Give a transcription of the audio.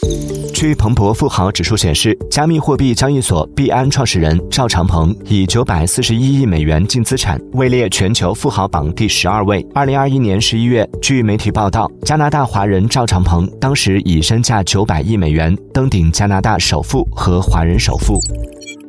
据彭博富豪指数显示，加密货币交易所币安创始人赵长鹏以941亿美元净资产位列全球富豪榜第12位。2021年11月，据媒体报道，加拿大华人赵长鹏当时以身价900亿美元登顶加拿大首富和华人首富。